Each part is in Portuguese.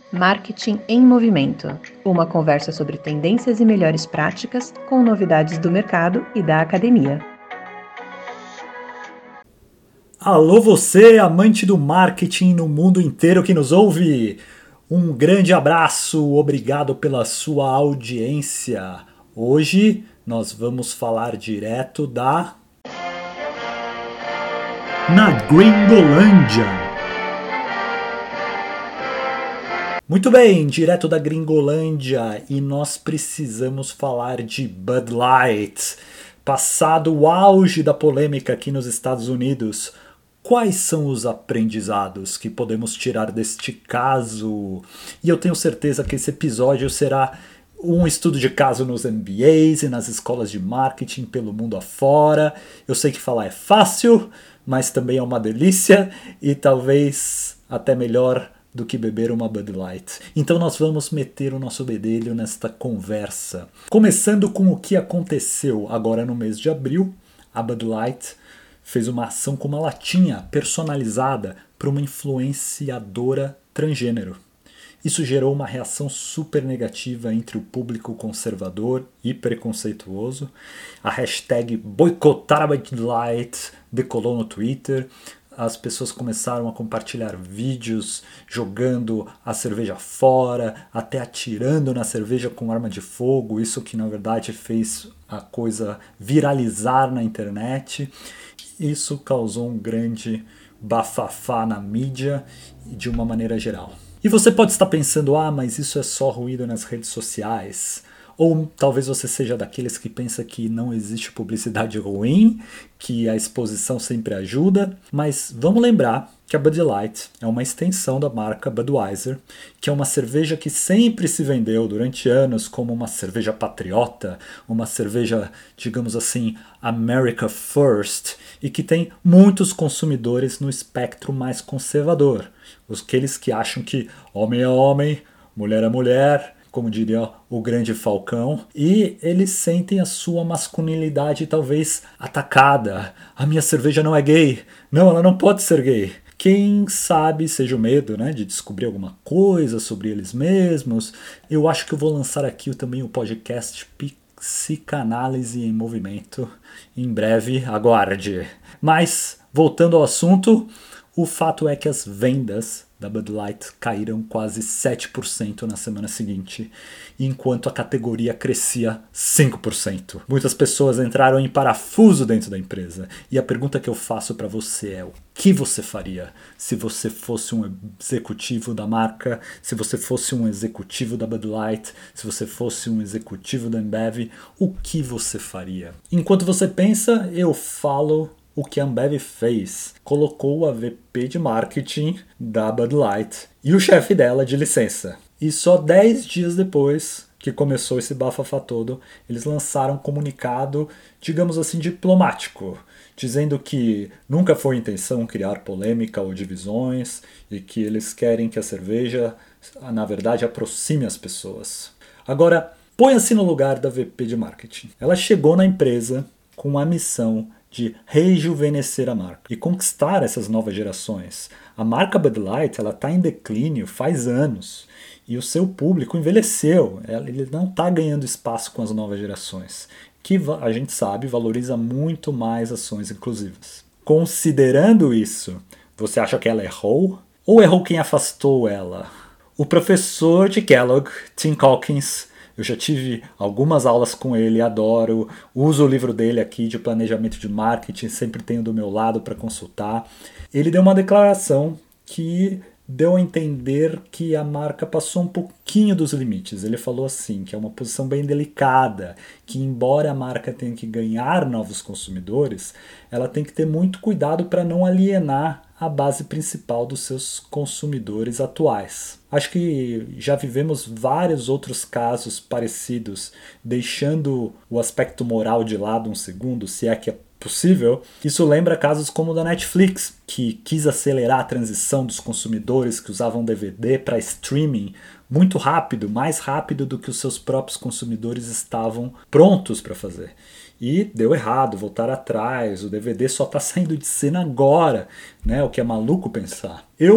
Marketing em Movimento, uma conversa sobre tendências e melhores práticas com novidades do mercado e da academia. Alô você, amante do marketing no mundo inteiro que nos ouve! Um grande abraço, obrigado pela sua audiência. Hoje nós vamos falar direto na Gringolândia. Muito bem, direto da Gringolândia, e nós precisamos falar de Bud Light. Passado o auge da polêmica aqui nos Estados Unidos, quais são os aprendizados que podemos tirar deste caso? E eu tenho certeza que esse episódio será um estudo de caso nos MBAs e nas escolas de marketing pelo mundo afora. Eu sei que falar é fácil, mas também é uma delícia e talvez até melhor do que beber uma Bud Light. Então nós vamos meter o nosso bedelho nesta conversa. Começando com o que aconteceu agora no mês de abril, a Bud Light fez uma ação com uma latinha personalizada para uma influenciadora transgênero. Isso gerou uma reação super negativa entre o público conservador e preconceituoso. A hashtag boicotar a Bud Light decolou no Twitter. As pessoas começaram a compartilhar vídeos jogando a cerveja fora, até atirando na cerveja com arma de fogo, isso que na verdade fez a coisa viralizar na internet. Isso causou um grande bafafá na mídia e de uma maneira geral. E você pode estar pensando, mas isso é só ruído nas redes sociais. Ou talvez você seja daqueles que pensa que não existe publicidade ruim, que a exposição sempre ajuda. Mas vamos lembrar que a Bud Light é uma extensão da marca Budweiser, que é uma cerveja que sempre se vendeu durante anos como uma cerveja patriota, uma cerveja, digamos assim, America First, e que tem muitos consumidores no espectro mais conservador. Aqueles que acham que homem é homem, mulher é mulher, como diria o grande Falcão, e eles sentem a sua masculinidade talvez atacada. A minha cerveja não é gay. Não, ela não pode ser gay. Quem sabe seja o medo, né, de descobrir alguma coisa sobre eles mesmos. Eu acho que eu vou lançar aqui também o podcast Psicanálise em Movimento. Em breve, aguarde. Mas, voltando ao assunto, o fato é que as vendas da Bud Light caíram quase 7% na semana seguinte, enquanto a categoria crescia 5%. Muitas pessoas entraram em parafuso dentro da empresa, e a pergunta que eu faço para você é: o que você faria se você fosse um executivo da marca, se você fosse um executivo da Bud Light, se você fosse um executivo da Ambev, o que você faria? Enquanto você pensa, eu falo o que a Ambev fez. Colocou a VP de marketing da Bud Light e o chefe dela de licença. E só 10 dias depois que começou esse bafafá todo, eles lançaram um comunicado, digamos assim, diplomático, dizendo que nunca foi intenção criar polêmica ou divisões e que eles querem que a cerveja, na verdade, aproxime as pessoas. Agora, ponha-se no lugar da VP de marketing. Ela chegou na empresa com a missão de rejuvenescer a marca e conquistar essas novas gerações. A marca Bud Light está em declínio faz anos e o seu público envelheceu. Ele não está ganhando espaço com as novas gerações, que a gente sabe valoriza muito mais ações inclusivas. Considerando isso, você acha que ela errou? Ou errou quem afastou ela? O professor de Kellogg, Tim Calkins, eu já tive algumas aulas com ele, adoro, uso o livro dele aqui de planejamento de marketing, sempre tenho do meu lado para consultar. Ele deu uma declaração que deu a entender que a marca passou um pouquinho dos limites. Ele falou assim, que é uma posição bem delicada, que embora a marca tenha que ganhar novos consumidores, ela tem que ter muito cuidado para não alienar a base principal dos seus consumidores atuais. Acho que já vivemos vários outros casos parecidos, deixando o aspecto moral de lado um segundo, se é que é possível. Isso lembra casos como o da Netflix, que quis acelerar a transição dos consumidores que usavam DVD para streaming muito rápido, mais rápido do que os seus próprios consumidores estavam prontos para fazer. E deu errado, voltaram atrás, o DVD só está saindo de cena agora, né? O que é maluco pensar. Eu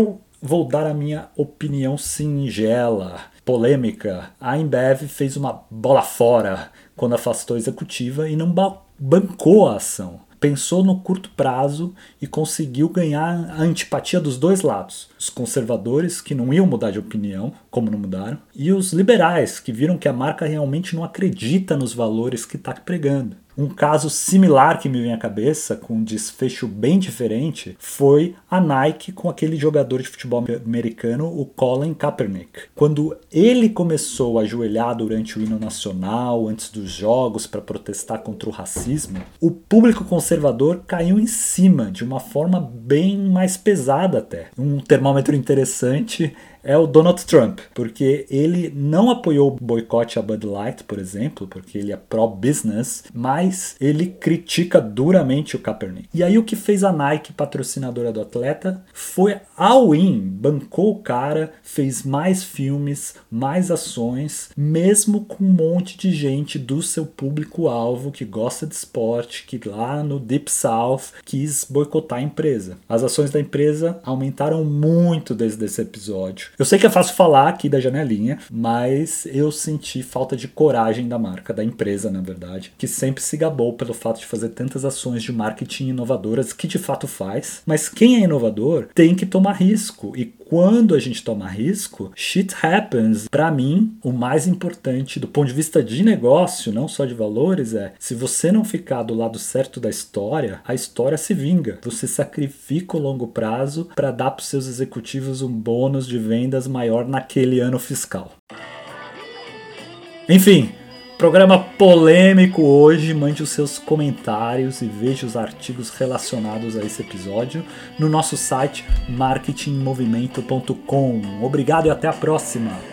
vou dar a minha opinião singela, polêmica. A Ambev fez uma bola fora quando afastou a executiva e não bancou a ação. Pensou no curto prazo e conseguiu ganhar a antipatia dos dois lados. Os conservadores, que não iam mudar de opinião, como não mudaram, e os liberais, que viram que a marca realmente não acredita nos valores que está pregando. Um caso similar que me vem à cabeça, com um desfecho bem diferente, foi a Nike com aquele jogador de futebol americano, o Colin Kaepernick. Quando ele começou a ajoelhar durante o hino nacional, antes dos jogos, para protestar contra o racismo, o público conservador caiu em cima, de uma forma bem mais pesada até. Um termômetro interessante é o Donald Trump, porque ele não apoiou o boicote à Bud Light, por exemplo, porque ele é pró-business, mas ele critica duramente o Kaepernick. E aí o que fez a Nike, patrocinadora do atleta, foi all-in, bancou o cara, fez mais filmes, mais ações, mesmo com um monte de gente do seu público-alvo que gosta de esporte, que lá no Deep South quis boicotar a empresa. As ações da empresa aumentaram muito desde esse episódio. Eu sei que é fácil falar aqui da janelinha, mas eu senti falta de coragem da marca, da empresa, na verdade, que sempre se gabou pelo fato de fazer tantas ações de marketing inovadoras, que de fato faz, mas quem é inovador tem que tomar risco, e quando a gente toma risco, shit happens. Para mim, o mais importante do ponto de vista de negócio, não só de valores, é se você não ficar do lado certo da história, a história se vinga. Você sacrifica o longo prazo para dar para os seus executivos um bônus de vendas maior naquele ano fiscal. Enfim, programa polêmico hoje. Mande os seus comentários e veja os artigos relacionados a esse episódio no nosso site marketingmovimento.com. Obrigado e até a próxima!